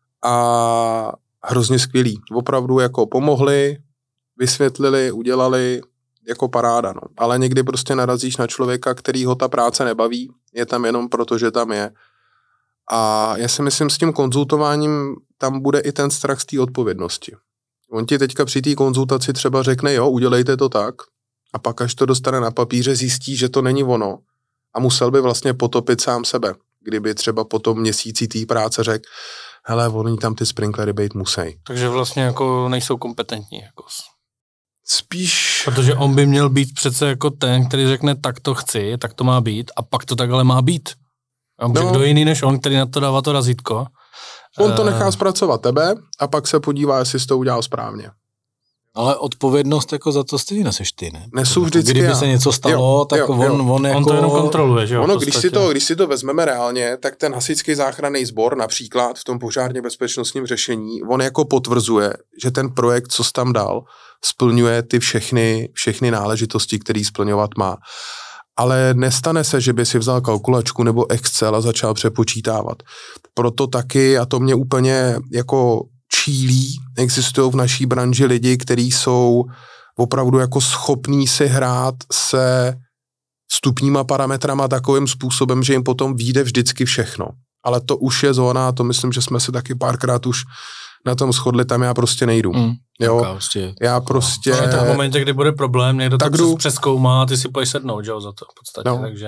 Speaker 2: a hrozně skvělý. Opravdu jako pomohli, vysvětlili, udělali jako paráda. No. Ale někdy prostě narazíš na člověka, který ho ta práce nebaví, je tam jenom proto, že tam je. A já si myslím, s tím konzultováním tam bude i ten strach z té odpovědnosti. On ti teďka při té konzultaci třeba řekne, jo, udělejte to tak, a pak až to dostane na papíře, zjistí, že to není ono a musel by vlastně potopit sám sebe, kdyby třeba po tom měsíci té práce řekl, hele, oni tam ty sprinklery být musí.
Speaker 3: Takže vlastně jako nejsou kompetentní. Jako.
Speaker 2: Spíš...
Speaker 3: Protože on by měl být přece jako ten, který řekne, tak to chci, tak to má být a pak to takhle má být. A no, kdo jiný než on, který na to dává to razítko.
Speaker 2: On to nechá zpracovat tebe a pak se podívá, jestli jsi to udělal správně.
Speaker 1: Ale odpovědnost jako za to stejně neseš ty, ne?
Speaker 2: Nesu vždycky
Speaker 1: Kdyby
Speaker 2: já.
Speaker 1: se něco stalo,
Speaker 2: jo,
Speaker 1: tak
Speaker 2: jo,
Speaker 1: on,
Speaker 2: jo.
Speaker 1: on jako...
Speaker 3: On to jenom kontroluje, že jo?
Speaker 2: Ono, když si, to, když si to vezmeme reálně, tak ten hasičský záchranný sbor například v tom požárně bezpečnostním řešení, on jako potvrzuje, že ten projekt, co jsi tam dal, splňuje ty všechny, všechny náležitosti, který splňovat má. Ale nestane se, že by si vzal kalkulačku nebo Excel a začal přepočítávat. Proto taky, a to mě úplně jako čílí, existují v naší branži lidi, kteří jsou opravdu jako schopní si hrát se vstupníma parametrama takovým způsobem, že jim potom vyjde vždycky všechno. Ale to už je zóna, to myslím, že jsme si taky párkrát už na tom shodli, tam já prostě nejdu. Mm, jo,
Speaker 1: prostě,
Speaker 2: já prostě...
Speaker 3: Ale to v momentě, kdy bude problém, někdo
Speaker 2: tak
Speaker 3: to
Speaker 2: jdu...
Speaker 3: přeskoumá a ty si pojď sednout, že jo, za to v podstatě, no. Takže...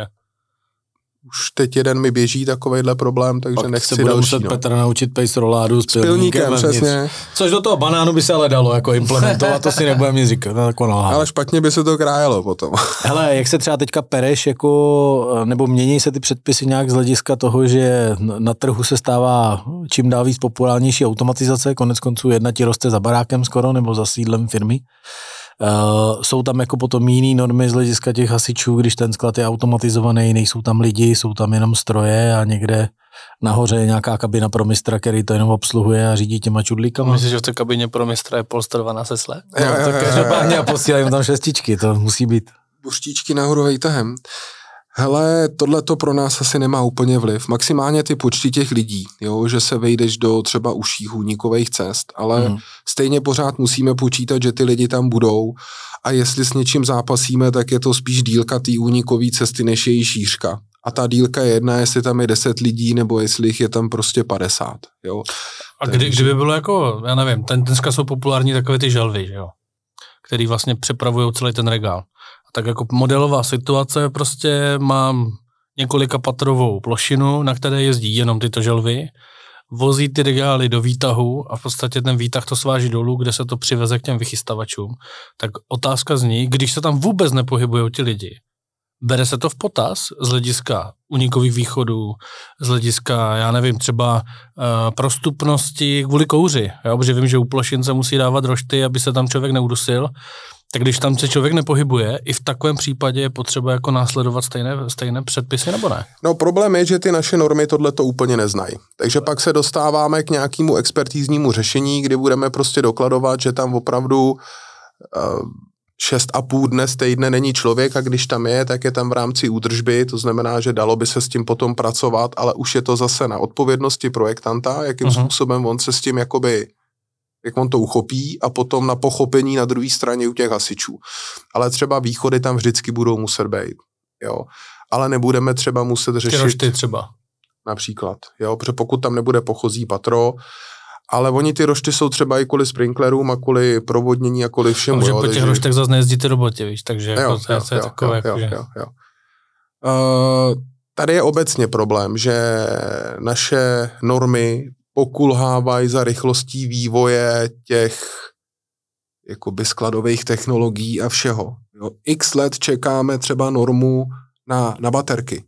Speaker 2: Už teď jeden mi běží takovejhle problém, takže
Speaker 1: pak
Speaker 2: nechci
Speaker 1: se bude
Speaker 2: další.
Speaker 1: muset
Speaker 2: No.
Speaker 1: Petra naučit pejst roládu s pilníkem.
Speaker 2: S pilníkem, přesně.
Speaker 1: Což do toho banánu by se ale dalo jako implementovat, to si nebudeme nic říkat. No, jako
Speaker 2: ale špatně by se to krájelo potom.
Speaker 1: Hele, jak se třeba teďka pereš, jako, nebo mění se ty předpisy nějak z hlediska toho, že na trhu se stává čím dál víc populárnější automatizace, konec konců jedna ti roste za barákem skoro, nebo za sídlem firmy. Uh, jsou tam jako potom jiný normy z hlediska těch hasičů, když ten sklad je automatizovaný, nejsou tam lidi, jsou tam jenom stroje a někde nahoře je nějaká kabina pro mistra, který to jenom obsluhuje a řídí těma čudlíkama.
Speaker 3: Myslíš, že v té kabině pro mistra je polstrovaná sesle?
Speaker 1: No, tak každopádně a posílají tam šestičky, to musí být.
Speaker 2: Buřtíčky nahoru vejtahem. Hele, tohle to pro nás asi nemá úplně vliv. Maximálně ty počty těch lidí, jo, že se vejdeš do třeba užších hůníkových cest, ale mm. stejně pořád musíme počítat, že ty lidi tam budou a jestli s něčím zápasíme, tak je to spíš dílka té hůníkové cesty, než její šířka. A ta dílka je jedna, jestli tam je deset lidí, nebo jestli jich je tam prostě padesát, jo.
Speaker 3: A kdy, kdyby bylo jako, já nevím, ten, dneska jsou populární takové ty želvy, jo, který vlastně přepravují celý ten regál. Tak jako modelová situace, prostě mám několika patrovou plošinu, na které jezdí jenom tyto želvy, vozí ty regály do výtahu a v podstatě ten výtah to sváží dolů, kde se to přiveze k těm vychystavačům. Tak otázka zní, když se tam vůbec nepohybují ti lidi, bere se to v potaz z hlediska únikových východů, z hlediska, já nevím, třeba uh, prostupnosti kvůli kouři, jo? Protože vím, že u plošin se musí dávat rošty, aby se tam člověk neudusil. Tak když tam se člověk nepohybuje, i v takovém případě je potřeba jako následovat stejné, stejné předpisy, nebo ne?
Speaker 2: No problém je, že ty naše normy tohleto úplně neznají. Takže pak se dostáváme k nějakému expertíznímu řešení, kdy budeme prostě dokladovat, že tam opravdu uh, šest a půl dne z týdne není člověk a když tam je, tak je tam v rámci údržby, to znamená, že dalo by se s tím potom pracovat, ale už je to zase na odpovědnosti projektanta, jakým uh-huh. způsobem on se s tím jakoby jak on to uchopí a potom na pochopení na druhé straně u těch hasičů. Ale třeba východy tam vždycky budou muset být, jo. Ale nebudeme třeba muset řešit...
Speaker 3: rošty třeba.
Speaker 2: Například, jo, protože pokud tam nebude pochozí patro, ale oni ty rošty jsou třeba i kvůli sprinklerům a kvůli provodnění a kvůli všemu.
Speaker 3: Takže
Speaker 2: jo,
Speaker 3: po těch
Speaker 2: takže...
Speaker 3: roštech zase nejezdí ty roboti, víš, takže
Speaker 2: jo,
Speaker 3: jako,
Speaker 2: jo,
Speaker 3: to je
Speaker 2: jo,
Speaker 3: takové,
Speaker 2: jo,
Speaker 3: jako,
Speaker 2: jo, jo. Uh, tady je obecně problém, že naše normy pokulhávají za rychlostí vývoje těch jakoby skladových technologií a všeho. Jo. X let čekáme třeba normu na, na baterky.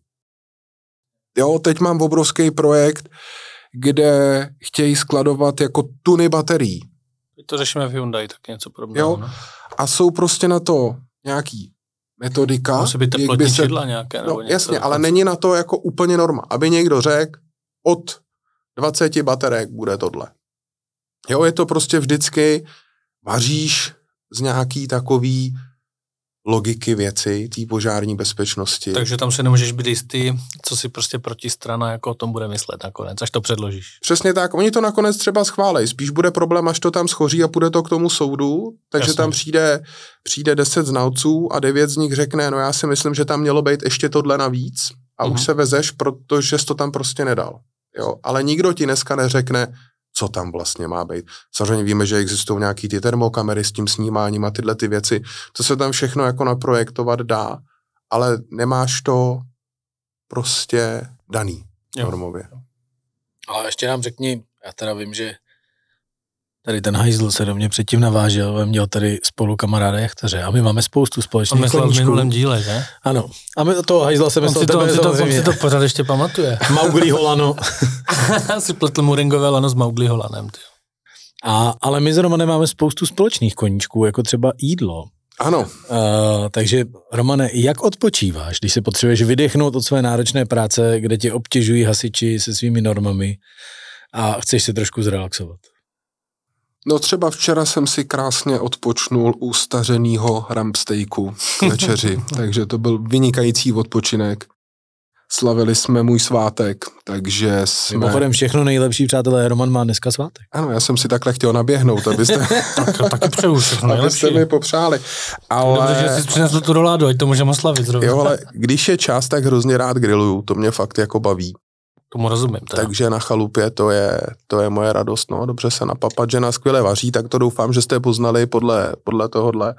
Speaker 2: Jo, teď mám obrovský projekt, kde chtějí skladovat jako tuny baterií.
Speaker 3: Teď to řešíme v Hyundai, tak něco podobného.
Speaker 2: Jo, a jsou prostě na to nějaký metodika.
Speaker 3: Musí být teplotní čidla nějaké. Nebo
Speaker 2: no, jasně, něco, ale něco. Není na to jako úplně norma. Aby někdo řekl, od dvacet baterek bude tohle. Jo, je to prostě vždycky, vaříš z nějaký takový logiky věci, té požární bezpečnosti.
Speaker 3: Takže tam se nemůžeš být jistý, co si prostě protistrana jako o tom bude myslet nakonec, až to předložíš.
Speaker 2: Přesně tak, oni to nakonec třeba schválej, spíš bude problém, až to tam schoří a půjde to k tomu soudu, takže Jasně. tam přijde, přijde deset znalců a devět z nich řekne, no já si myslím, že tam mělo být ještě tohle navíc a uh-huh. už se vezeš, protože jsi to tam prostě nedal. Jo, ale nikdo ti dneska neřekne, co tam vlastně má být. Samozřejmě víme, že existují nějaký ty termokamery s tím snímáním a tyhle ty věci, to se tam všechno jako naprojektovat dá, ale nemáš to prostě daný normově.
Speaker 1: Ale ještě nám řekni, já teda vím, že tady ten hajzl se do mě předtím navážel, měl tady spolu kamaráda jachtaře a my máme spoustu společných koníčků.
Speaker 3: On myslel v minulém díle, že?
Speaker 1: Ano. A my toho hajzla se myslel
Speaker 3: tebe, to, on si to pořád ještě pamatuje.
Speaker 1: Maugliho lano.
Speaker 3: si pletl Muringové lano s Maugliho lanem. Ty.
Speaker 1: A, ale my s Romanem máme spoustu společných koníčků, jako třeba jídlo.
Speaker 2: Ano.
Speaker 1: Uh, takže, Romane, jak odpočíváš, když se potřebuješ vydechnout od své náročné práce, kde tě obtěžují hasiči se svými normami a chceš se trošku zrelaxovat?
Speaker 2: No třeba včera jsem si krásně odpočnul u stařenýho rumpsteaku k večeři, takže to byl vynikající odpočinek. Slavili jsme můj svátek, takže jsme...
Speaker 1: Mimochodem všechno nejlepší, přátelé, Roman má dneska svátek.
Speaker 2: Ano, já jsem si takhle chtěl naběhnout, abyste...
Speaker 3: tak, taky přeju všechno nejlepší.
Speaker 2: Abyste mi popřáli. Ale...
Speaker 3: Dobře, že jsi přinesl tu roládu, ať to můžeme oslavit zrovna.
Speaker 2: Jo, ale když je čas, tak hrozně rád grilluju, to mě fakt jako baví.
Speaker 3: Tomu rozumím. Teda.
Speaker 2: Takže na chalupě to je, to je moje radost, no, dobře se napapat, žena skvěle vaří, tak to doufám, že jste poznali podle, podle tohohle.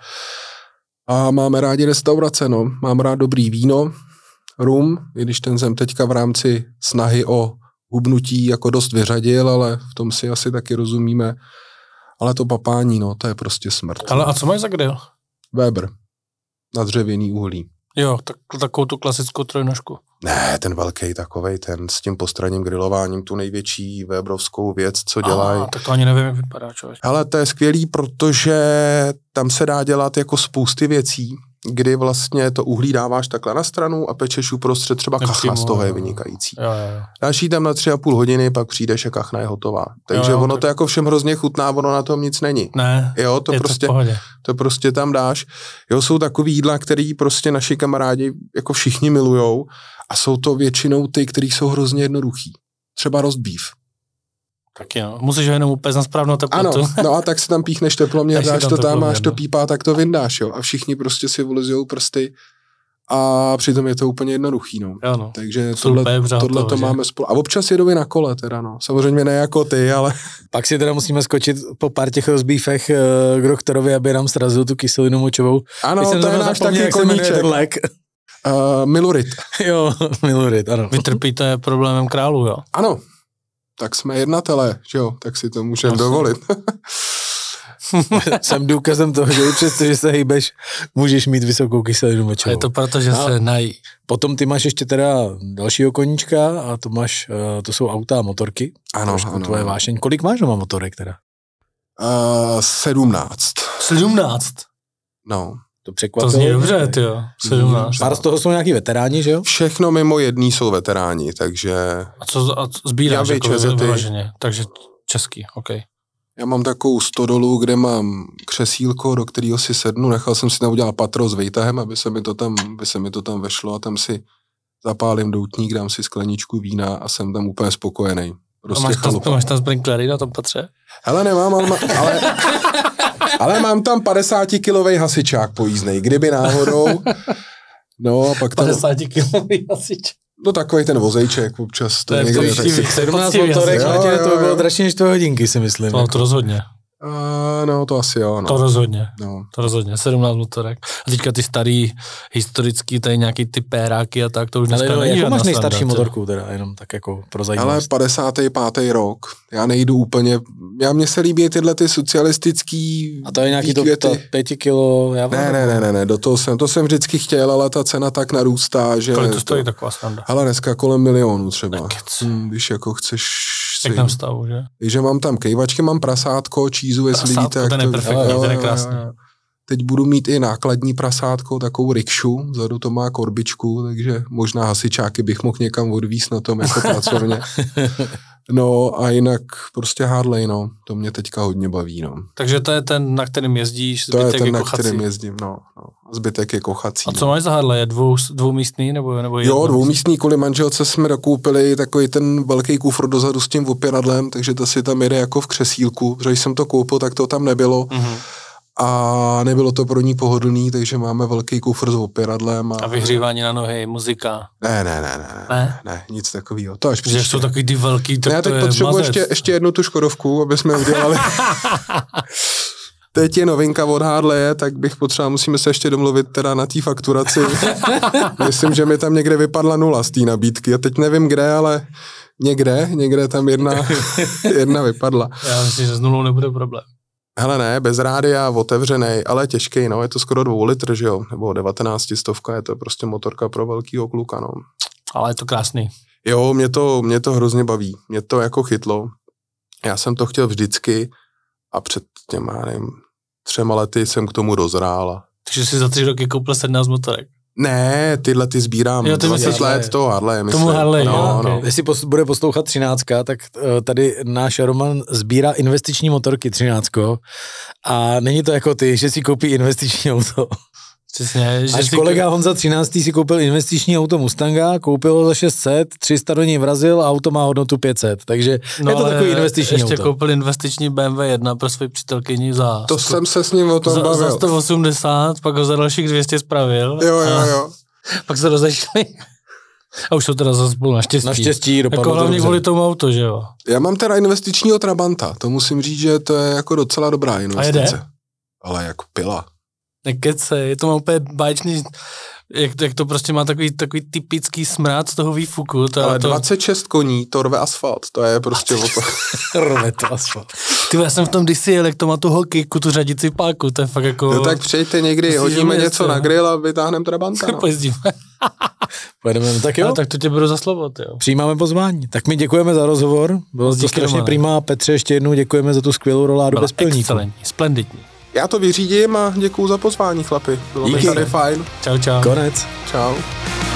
Speaker 2: A máme rádi restaurace, no, mám rád dobrý víno, rum, i když ten jsem teďka v rámci snahy o hubnutí jako dost vyřadil, ale v tom si asi taky rozumíme. Ale to papání, no, to je prostě smrt.
Speaker 3: Ale a co máš za grill?
Speaker 2: Weber, na dřevěný uhlí.
Speaker 3: Jo, tak, takovou tu klasickou trojnožku.
Speaker 2: Ne, ten velký takovej, ten s tím postranním grilováním, tu největší webrovskou věc, co dělají.
Speaker 3: Tak to ani nevím, jak vypadá, člověk.
Speaker 2: Ale to je skvělý, protože tam se dá dělat jako spousty věcí, kdy vlastně to uhlí dáváš takhle na stranu a pečeš uprostřed, třeba kachna z toho je vynikající.
Speaker 3: Jo, jo, jo.
Speaker 2: Dáš jí tam na tři a půl hodiny, pak přijdeš a kachna je hotová. Takže jo, jo, ono tak... to jako všem hrozně chutná, ono na tom nic není.
Speaker 3: Ne,
Speaker 2: jo, to
Speaker 3: je
Speaker 2: prostě,
Speaker 3: to v pohodě.
Speaker 2: To prostě tam dáš. Jo, jsou takový jídla, který prostě naši kamarádi jako všichni milujou a jsou to většinou ty, který jsou hrozně jednoduchý. Třeba roast beef.
Speaker 3: Taky no, musíš ho jenom upéct na správnou teplotu.
Speaker 2: Ano, no a tak si tam píchneš teploměr, dáš to tam, máš to pípá, tak to vyndáš, jo. A všichni prostě si vylizujou prsty a přitom je to úplně jednoduchý, no.
Speaker 3: Jo, no.
Speaker 2: Takže tohle, tohle to máme spolu. A občas jedu i na kole teda, no. Samozřejmě ne jako ty, ale...
Speaker 1: Pak si teda musíme skočit po pár těch rozbífech k doktorovi, aby nám srazil tu kyselinu močovou.
Speaker 2: Ano, to je náš taky koníček. Uh, Milurit.
Speaker 1: Jo, Milurit, ano.
Speaker 3: Vy trpíte problémem králu, jo?
Speaker 2: Ano. Tak jsme jednatelé, že jo, tak si to můžeme dovolit.
Speaker 1: Jsem důkazem toho, že přesto, že se hejbeš, můžeš mít vysokou kyselinu močovou.
Speaker 3: Je to proto, že
Speaker 1: no,
Speaker 3: se nají.
Speaker 1: Potom ty máš ještě teda dalšího koníčka a to máš, to jsou auta a motorky.
Speaker 2: Ano,
Speaker 1: Trošku
Speaker 2: ano.
Speaker 1: Tvoje vášeň. Kolik máš doma motorek teda?
Speaker 2: Uh, sedmnáct.
Speaker 3: Sedmnáct?
Speaker 2: No.
Speaker 1: To překvapilo.
Speaker 3: To zní dobře, tyjo. sedmnáct.
Speaker 1: Pár z toho jsou nějaký veteráni, že jo?
Speaker 2: Všechno mimo jedný jsou veteráni, takže...
Speaker 3: A co a sbíráš jako vyloženě? Takže český, OK.
Speaker 2: Já mám takovou stodolu, kde mám křesílko, do kterého si sednu, nechal jsem si tam udělat patro s výtahem, aby se mi to tam, aby se mi to tam vešlo a tam si zapálím doutník, dám si skleničku vína a jsem tam úplně spokojený. Prostě
Speaker 3: a máš tam, máš tam sprinklery na tom patře?
Speaker 2: Hele, nemám, ale, ale, ale mám tam padesátikilový hasičák pojízdnej, kdyby náhodou. No a pak tam...
Speaker 3: padesátikilový hasičák.
Speaker 2: No takový ten vozejček občas. To, to je někde, tak si...
Speaker 1: sedmnáct motorek, Martine, to by bylo dražší než tvoje hodinky, si myslím.
Speaker 3: No,
Speaker 1: jako.
Speaker 3: To rozhodně.
Speaker 2: Uh, no, to asi jo. No.
Speaker 3: To rozhodně.
Speaker 2: No.
Speaker 3: To rozhodně. sedmnáct motorek. A teďka ty starý, historický, tady nějaký ty péráky a tak, to už dneska
Speaker 1: ale
Speaker 3: není.
Speaker 1: Jakou máš nejstarší motorku teda, jenom tak jako pro zajímavost?
Speaker 2: Ale padesátý pátý rok. Já nejdu úplně, já mně se líbí tyhle ty socialistický
Speaker 1: a to je nějaký to, to pěti kilo? Já
Speaker 2: ne, ne, ne, ne, ne, do toho jsem, to jsem vždycky chtěl, ale ta cena tak narůstá, že...
Speaker 3: Kolik to stojí to, taková standa?
Speaker 2: Hele, dneska kolem milionu třeba. Hmm, když jako chceš...
Speaker 3: Jak tam stavu, že?
Speaker 2: Takže mám tam kejvačky, mám prasátko, čízu, jestli
Speaker 3: prasátko,
Speaker 2: víte, jak
Speaker 3: ten je perfektní,
Speaker 2: jo,
Speaker 3: ten je
Speaker 2: jo,
Speaker 3: krásný.
Speaker 2: Jo, jo. Teď budu mít i nákladní prasátko, takovou rikšu, vzadu to má korbičku, takže možná hasičáky bych mohl někam odvízt na tom jako pracovně. No a jinak prostě Harley, no, to mě teďka hodně baví, no.
Speaker 3: Takže to je ten, na kterým jezdíš, zbytek
Speaker 2: to je ten,
Speaker 3: je
Speaker 2: na
Speaker 3: kochací.
Speaker 2: kterým jezdím, no, no. Zbytek je kochací.
Speaker 3: A co
Speaker 2: no.
Speaker 3: máš za Harley? Je dvou, dvoumístný nebo, nebo
Speaker 2: Jo, dvoumístný, kvůli manželce jsme dokoupili takový ten velký kufr dozadu s tím opěradlem, takže to si tam jede jako v křesílku, protože když jsem to koupil, tak to tam nebylo.
Speaker 3: Mm-hmm.
Speaker 2: a nebylo to pro ní pohodlný, takže máme velký kufr s opěradlem. A,
Speaker 3: a vyhřívání na nohy, muzika.
Speaker 2: Ne, ne, ne, ne, ne, ne nic takového. To až příště.
Speaker 3: Že jsou takový ty velký, tak
Speaker 2: ne, já teď
Speaker 3: to
Speaker 2: potřebuji
Speaker 3: mazec.
Speaker 2: ještě, ještě jednu tu Škodovku, aby jsme udělali. Teď je novinka od Harleje, tak bych potřeboval, musíme se ještě domluvit teda na té fakturaci. Myslím, že mi tam někde vypadla nula z té nabídky. A teď nevím kde, ale někde, někde tam jedna, jedna vypadla.
Speaker 3: Já myslím, že s nulou nebude problém.
Speaker 2: Hele ne, bez rádia, otevřenej, ale těžký, no, je to skoro dvou litr, že jo, nebo devatenáctistovka, je to prostě motorka pro velkýho kluka, no.
Speaker 3: Ale je to krásný.
Speaker 2: Jo, mě to, mě to hrozně baví, mě to jako chytlo. Já jsem to chtěl vždycky a před těma, já nevím, třema lety jsem k tomu dozrál.
Speaker 3: Takže si za tři roky koupil sedmnáct motorek.
Speaker 2: Ne, tyhle ty sbírám,
Speaker 3: jo, ty
Speaker 2: dvacet let toho Harley, myslím.
Speaker 3: Tomu Harley,
Speaker 2: no,
Speaker 3: jo,
Speaker 2: no.
Speaker 3: okay.
Speaker 1: Jestli pos, bude poslouchat třináctka, tak uh, tady náš Roman sbírá investiční motorky třináctko a není to jako ty, že si koupí investiční auto.
Speaker 3: Přesně, že
Speaker 1: Až
Speaker 3: si
Speaker 1: kolega Honza třináctý si koupil investiční auto Mustanga, koupil ho za šest set, tři sta do něj vrazil a auto má hodnotu pět set, takže
Speaker 3: no,
Speaker 1: je to takový investiční
Speaker 3: ještě
Speaker 1: auto.
Speaker 3: koupil investiční bé em vé jedna pro svoji přítelkyni za...
Speaker 2: To
Speaker 3: sto,
Speaker 2: jsem se s ním o tom
Speaker 3: za,
Speaker 2: bavil.
Speaker 3: za sto osmdesát, pak ho za dalších dvě stě spravil.
Speaker 2: Jo, jo, jo.
Speaker 3: Pak se rozešli. A už jsou teda zase spolu, naštěstí.
Speaker 1: Naštěstí dopadlo
Speaker 3: jako hlavně
Speaker 1: to
Speaker 3: kvůli tomu auto, že jo?
Speaker 2: Já mám teda investičního Trabanta, to musím říct, že to je jako docela dobrá investice.
Speaker 3: A jede?
Speaker 2: Ale jako pila.
Speaker 3: Nekece, je to má úplně báječný, jak, jak to prostě má takový, takový typický smrad z toho výfuku. To,
Speaker 2: Ale
Speaker 3: to...
Speaker 2: dvacet šest koní, to rve asfalt, to je prostě o to.
Speaker 1: Rve to asfalt.
Speaker 3: Ty, já jsem v tom kdysi jel, jak to má tu hokejku, tu řadici páku, to je fakt jako...
Speaker 2: No tak přijďte někdy,
Speaker 3: Musíš
Speaker 2: hodíme
Speaker 3: jet,
Speaker 2: něco
Speaker 3: jo.
Speaker 2: na grill a vytáhneme Trabanta. No.
Speaker 3: Pojezdíme.
Speaker 1: Pojedeme, no tak jo.
Speaker 3: No, tak to tě beru za slovo, ty jo.
Speaker 1: Přijímáme pozvání. Tak my děkujeme za rozhovor, bylo to
Speaker 3: Díky,
Speaker 1: strašně
Speaker 3: Romane.
Speaker 1: prima. Petře, ještě jednou děkujeme za tu skvělou roládu
Speaker 3: Byla
Speaker 1: bez pilníku.
Speaker 3: excelentní, splendidní.
Speaker 2: Já to vyřídím a děkuju za pozvání, chlapi. Bylo mi
Speaker 1: Díky.
Speaker 2: tady fajn.
Speaker 3: Čau, čau.
Speaker 1: Konec.
Speaker 2: Čau.